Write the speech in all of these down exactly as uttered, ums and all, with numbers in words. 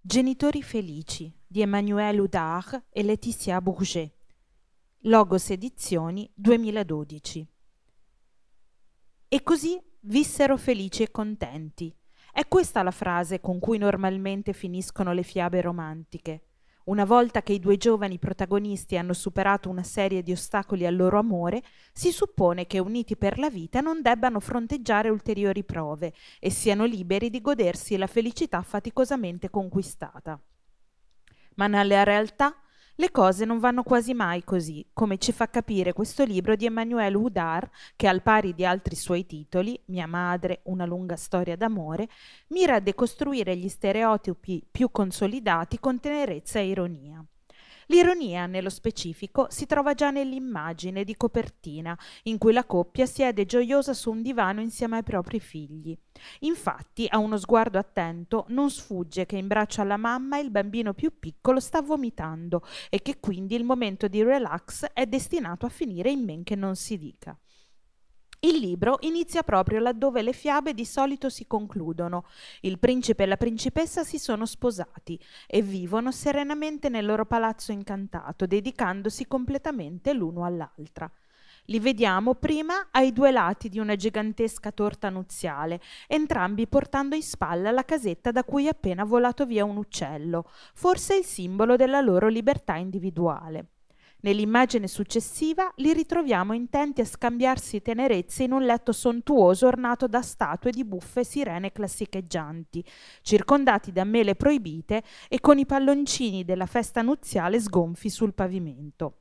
Genitori felici di Emmanuel Oudard e Laetitia Bourget. Logos Edizioni duemiladodici. E così vissero felici e contenti. È questa la frase con cui normalmente finiscono le fiabe romantiche. Una volta che i due giovani protagonisti hanno superato una serie di ostacoli al loro amore, si suppone che, uniti per la vita, non debbano fronteggiare ulteriori prove e siano liberi di godersi la felicità faticosamente conquistata. Ma nella realtà le cose non vanno quasi mai così, come ci fa capire questo libro di Emmanuel Oudard, che al pari di altri suoi titoli, Mia madre, una lunga storia d'amore, mira a decostruire gli stereotipi più consolidati con tenerezza e ironia. L'ironia, nello specifico, si trova già nell'immagine di copertina, in cui la coppia siede gioiosa su un divano insieme ai propri figli. Infatti, a uno sguardo attento, non sfugge che in braccio alla mamma il bambino più piccolo sta vomitando e che quindi il momento di relax è destinato a finire in men che non si dica. Il libro inizia proprio laddove le fiabe di solito si concludono. Il principe e la principessa si sono sposati e vivono serenamente nel loro palazzo incantato, dedicandosi completamente l'uno all'altra. Li vediamo prima ai due lati di una gigantesca torta nuziale, entrambi portando in spalla la casetta da cui è appena volato via un uccello, forse il simbolo della loro libertà individuale. Nell'immagine successiva li ritroviamo intenti a scambiarsi tenerezze in un letto sontuoso ornato da statue di buffe sirene classicheggianti, circondati da mele proibite e con i palloncini della festa nuziale sgonfi sul pavimento.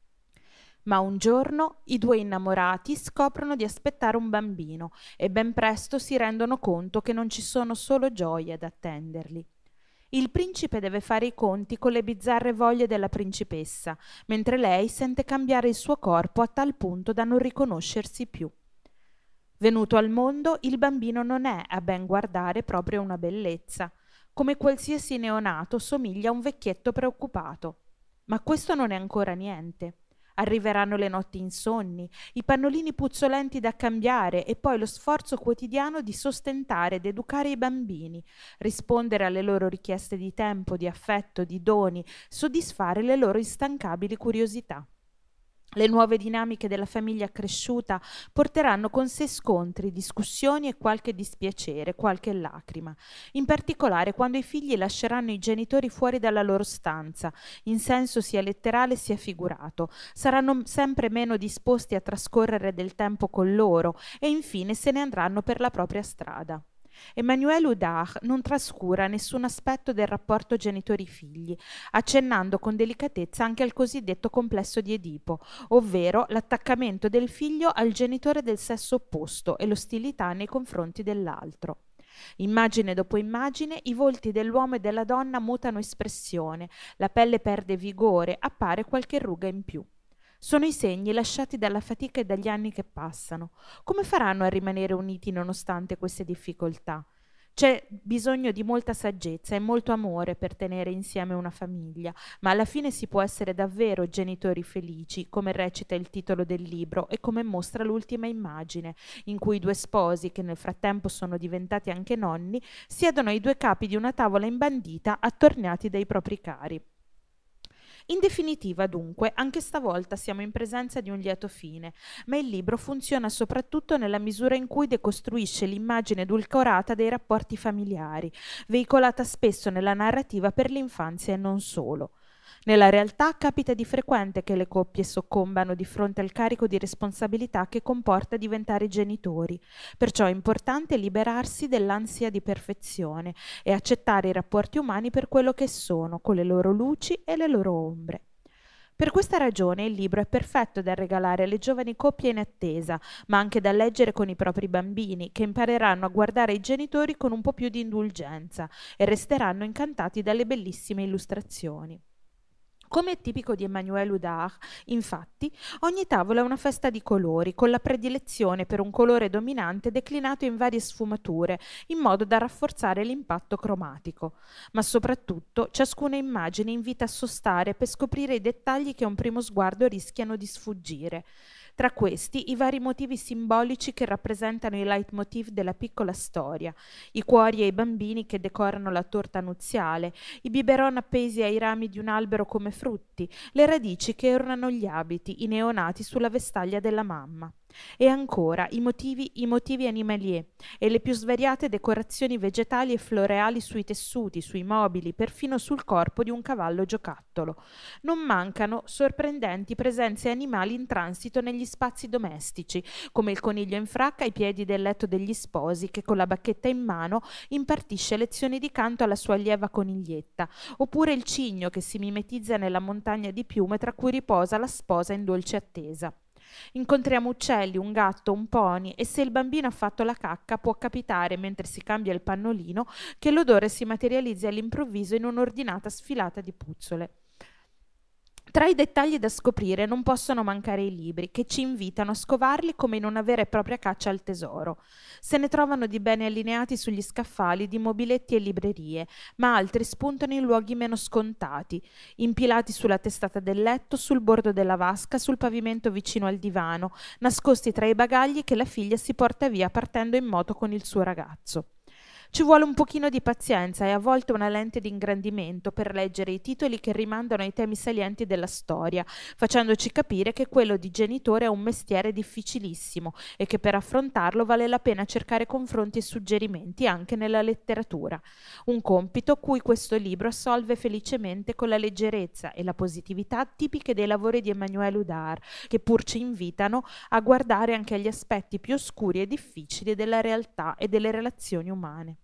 Ma un giorno i due innamorati scoprono di aspettare un bambino e ben presto si rendono conto che non ci sono solo gioie ad attenderli. Il principe deve fare i conti con le bizzarre voglie della principessa, mentre lei sente cambiare il suo corpo a tal punto da non riconoscersi più. Venuto al mondo, il bambino non è, a ben guardare, proprio una bellezza. Come qualsiasi neonato, somiglia a un vecchietto preoccupato. Ma questo non è ancora niente. Arriveranno le notti insonni, i pannolini puzzolenti da cambiare e poi lo sforzo quotidiano di sostentare ed educare i bambini, rispondere alle loro richieste di tempo, di affetto, di doni, soddisfare le loro instancabili curiosità. Le nuove dinamiche della famiglia cresciuta porteranno con sé scontri, discussioni e qualche dispiacere, qualche lacrima, in particolare quando i figli lasceranno i genitori fuori dalla loro stanza, in senso sia letterale sia figurato, saranno sempre meno disposti a trascorrere del tempo con loro e infine se ne andranno per la propria strada. Emmanuel Oudard non trascura nessun aspetto del rapporto genitori-figli, accennando con delicatezza anche al cosiddetto complesso di Edipo, ovvero l'attaccamento del figlio al genitore del sesso opposto e l'ostilità nei confronti dell'altro. Immagine dopo immagine, i volti dell'uomo e della donna mutano espressione, la pelle perde vigore, appare qualche ruga in più. Sono i segni lasciati dalla fatica e dagli anni che passano. Come faranno a rimanere uniti nonostante queste difficoltà? C'è bisogno di molta saggezza e molto amore per tenere insieme una famiglia, ma alla fine si può essere davvero genitori felici, come recita il titolo del libro e come mostra l'ultima immagine, in cui i due sposi, che nel frattempo sono diventati anche nonni, siedono ai due capi di una tavola imbandita, attorniati dai propri cari. In definitiva, dunque, anche stavolta siamo in presenza di un lieto fine, ma il libro funziona soprattutto nella misura in cui decostruisce l'immagine edulcorata dei rapporti familiari, veicolata spesso nella narrativa per l'infanzia e non solo. Nella realtà capita di frequente che le coppie soccombano di fronte al carico di responsabilità che comporta diventare genitori, perciò è importante liberarsi dell'ansia di perfezione e accettare i rapporti umani per quello che sono, con le loro luci e le loro ombre. Per questa ragione il libro è perfetto da regalare alle giovani coppie in attesa, ma anche da leggere con i propri bambini, che impareranno a guardare i genitori con un po' più di indulgenza e resteranno incantati dalle bellissime illustrazioni. Come è tipico di Emmanuel Oudard, infatti, ogni tavola è una festa di colori, con la predilezione per un colore dominante declinato in varie sfumature, in modo da rafforzare l'impatto cromatico. Ma soprattutto, ciascuna immagine invita a sostare per scoprire i dettagli che a un primo sguardo rischiano di sfuggire. Tra questi i vari motivi simbolici che rappresentano i leitmotiv della piccola storia, i cuori e i bambini che decorano la torta nuziale, i biberon appesi ai rami di un albero come frutti, le radici che ornano gli abiti, i neonati sulla vestaglia della mamma. E ancora i motivi, i motivi animalier e le più svariate decorazioni vegetali e floreali sui tessuti, sui mobili, perfino sul corpo di un cavallo giocattolo. Non mancano sorprendenti presenze animali in transito negli spazi domestici, come il coniglio in fracca ai piedi del letto degli sposi che con la bacchetta in mano impartisce lezioni di canto alla sua allieva coniglietta, oppure il cigno che si mimetizza nella montagna di piume tra cui riposa la sposa in dolce attesa. Incontriamo uccelli, un gatto, un pony e se il bambino ha fatto la cacca può capitare, mentre si cambia il pannolino, che l'odore si materializzi all'improvviso in un'ordinata sfilata di puzzole. Tra i dettagli da scoprire non possono mancare i libri, che ci invitano a scovarli come in una vera e propria caccia al tesoro. Se ne trovano di bene allineati sugli scaffali di mobiletti e librerie, ma altri spuntano in luoghi meno scontati, impilati sulla testata del letto, sul bordo della vasca, sul pavimento vicino al divano, nascosti tra i bagagli che la figlia si porta via partendo in moto con il suo ragazzo. Ci vuole un pochino di pazienza e a volte una lente di ingrandimento per leggere i titoli che rimandano ai temi salienti della storia, facendoci capire che quello di genitore è un mestiere difficilissimo e che per affrontarlo vale la pena cercare confronti e suggerimenti anche nella letteratura. Un compito cui questo libro assolve felicemente con la leggerezza e la positività tipiche dei lavori di Emmanuel Udard, che pur ci invitano a guardare anche agli aspetti più oscuri e difficili della realtà e delle relazioni umane.